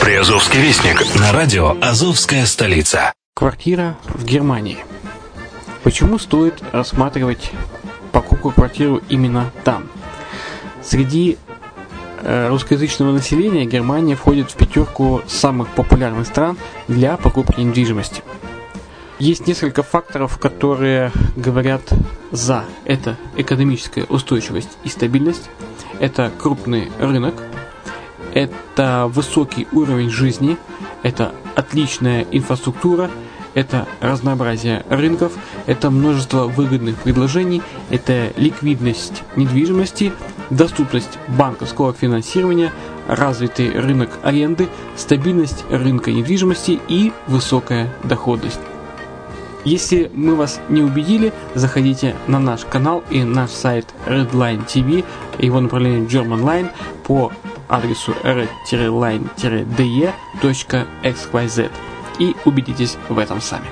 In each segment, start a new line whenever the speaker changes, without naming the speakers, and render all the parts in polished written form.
Приазовский вестник на радио «Азовская столица».
Квартира в Германии. Почему стоит рассматривать покупку квартиры именно там? Среди русскоязычного населения Германия входит в пятерку самых популярных стран для покупки недвижимости. Есть несколько факторов, которые говорят за. Это экономическая устойчивость и стабильность, это крупный рынок, это высокий уровень жизни, это отличная инфраструктура, это разнообразие рынков, это множество выгодных предложений, это ликвидность недвижимости, доступность банковского финансирования, развитый рынок аренды, стабильность рынка недвижимости и высокая доходность. Если мы вас не убедили, заходите на наш канал и наш сайт Redline TV, его направление German Line по адресу red-line-de.xyz и убедитесь в этом сами.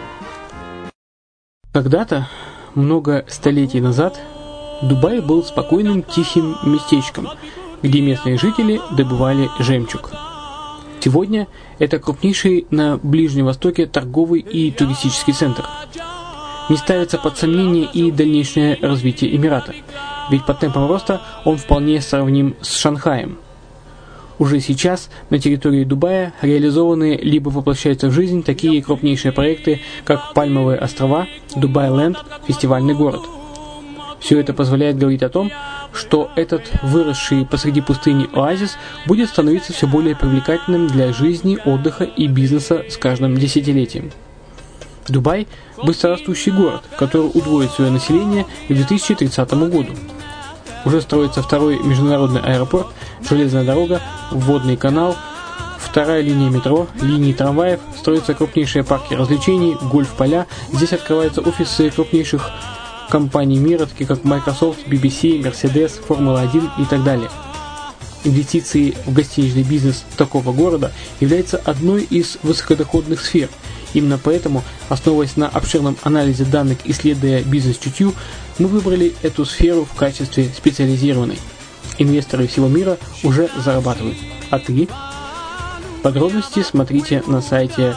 Когда-то, много столетий назад, Дубай был спокойным тихим местечком, где местные жители добывали жемчуг. Сегодня это крупнейший на Ближнем Востоке торговый и туристический центр. Не ставится под сомнение и дальнейшее развитие Эмирата, ведь по темпам роста он вполне сравним с Шанхаем. Уже сейчас на территории Дубая реализованы либо воплощаются в жизнь такие крупнейшие проекты, как Пальмовые острова, Дубай-Ленд, фестивальный город. Все это позволяет говорить о том, что этот выросший посреди пустыни оазис будет становиться все более привлекательным для жизни, отдыха и бизнеса с каждым десятилетием. Дубай – быстрорастущий город, который удвоит свое население к 2030 году. Уже строится второй международный аэропорт, железная дорога, водный канал, вторая линия метро, линии трамваев, строятся крупнейшие парки развлечений, гольф-поля, здесь открываются офисы крупнейших компаний мира, такие как Microsoft, BBC, Mercedes, Формула-1 и так далее. Инвестиции в гостиничный бизнес такого города являются одной из высокодоходных сфер. Именно поэтому, основываясь на обширном анализе данных, исследуя бизнес-чутью, мы выбрали эту сферу в качестве специализированной. Инвесторы всего мира уже зарабатывают. А ты? Подробности смотрите на сайте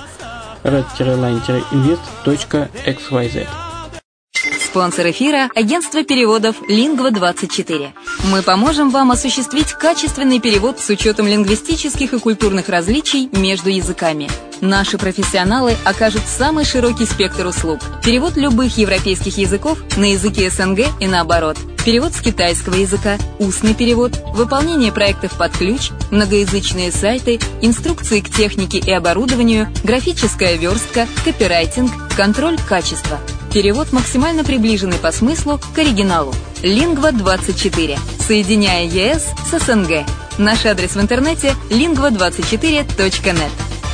red-line-invest.xyz.
Спонсор эфира – агентство переводов Lingva24. Мы поможем вам осуществить качественный перевод с учетом лингвистических и культурных различий между языками. Наши профессионалы окажут самый широкий спектр услуг. Перевод любых европейских языков на языки СНГ и наоборот. Перевод с китайского языка, устный перевод, выполнение проектов под ключ, многоязычные сайты, инструкции к технике и оборудованию, графическая верстка, копирайтинг, контроль качества. Перевод максимально приближенный по смыслу к оригиналу. Lingva24. Соединяя ЕС с СНГ. Наш адрес в интернете lingva24.net.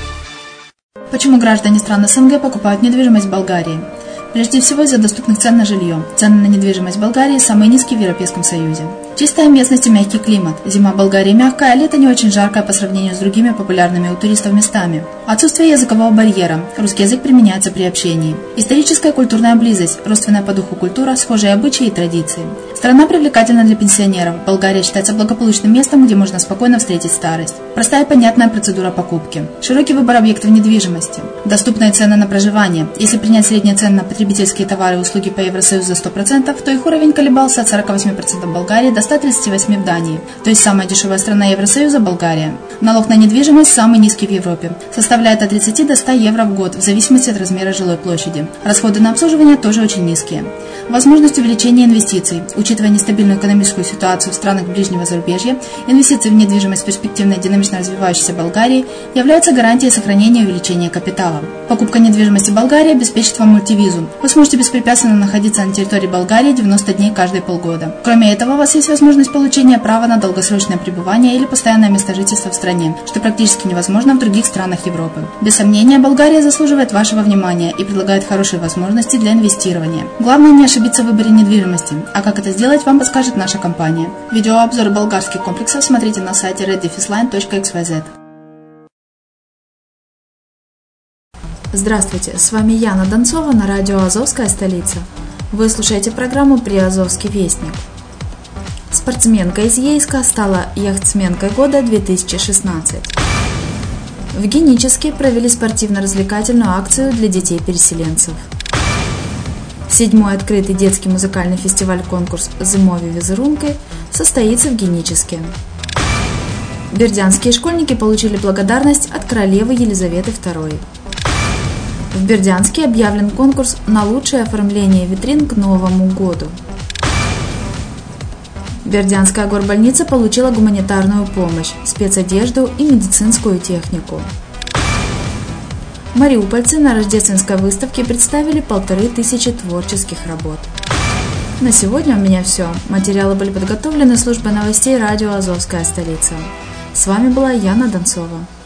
Почему граждане стран СНГ покупают недвижимость в Болгарии? Прежде всего из-за доступных цен на жилье. Цены на недвижимость в Болгарии самые низкие в Европейском Союзе. Чистая местность и мягкий климат. Зима в Болгарии мягкая, а лето не очень жаркое по сравнению с другими популярными у туристов местами. Отсутствие языкового барьера. Русский язык применяется при общении. Историческая и культурная близость. Родственная по духу культура, схожие обычаи и традиции. Страна привлекательна для пенсионеров. Болгария считается благополучным местом, где можно спокойно встретить старость. Простая и понятная процедура покупки. Широкий выбор объектов недвижимости. Доступные цены на проживание. Если принять средние цены на потребительские товары и услуги по Евросоюзу за 100%, то их уровень колебался от 48% в Болгарии до 138% в Дании. То есть самая дешевая страна Евросоюза – Болгария. Налог на недвижимость самый низкий в Европе. Составляет от 30 до 100 евро в год, в зависимости от размера жилой площади. Расходы на обслуживание тоже очень низкие. Возможность увеличения инвестиций. Учитывая нестабильную экономическую ситуацию в странах ближнего зарубежья, инвестиции в недвижимость в перспективной динамично развивающейся Болгарии являются гарантией сохранения и увеличения капитала. Покупка недвижимости в Болгарии обеспечит вам мультивизу. Вы сможете беспрепятственно находиться на территории Болгарии 90 дней каждые полгода. Кроме этого, у вас есть возможность получения права на долгосрочное пребывание или постоянное место жительства в стране, что практически невозможно в других странах Европы. Без сомнения, Болгария заслуживает вашего внимания и предлагает хорошие возможности для инвестирования. Главное не ошибиться в выборе недвижимости, а как это сделать, вам подскажет наша компания. Видеообзор болгарских комплексов смотрите на сайте red-line.xyz. Здравствуйте, с вами Яна Донцова на радио «Азовская столица». Вы слушаете программу «Приазовский вестник». Спортсменка из Ейска стала яхтсменкой года 2016. В Геническе провели спортивно-развлекательную акцию для детей-переселенцев. 7-й открытый детский музыкальный фестиваль-конкурс «Зимові візерунки» состоится в Геническе. Бердянские школьники получили благодарность от королевы Елизаветы II. В Бердянске объявлен конкурс на лучшее оформление витрин к Новому году. Бердянская горбольница получила гуманитарную помощь, спецодежду и медицинскую технику. Мариупольцы на рождественской выставке представили 1500 творческих работ. На сегодня у меня все. Материалы были подготовлены службой новостей радио «Азовская столица». С вами была Яна Донцова.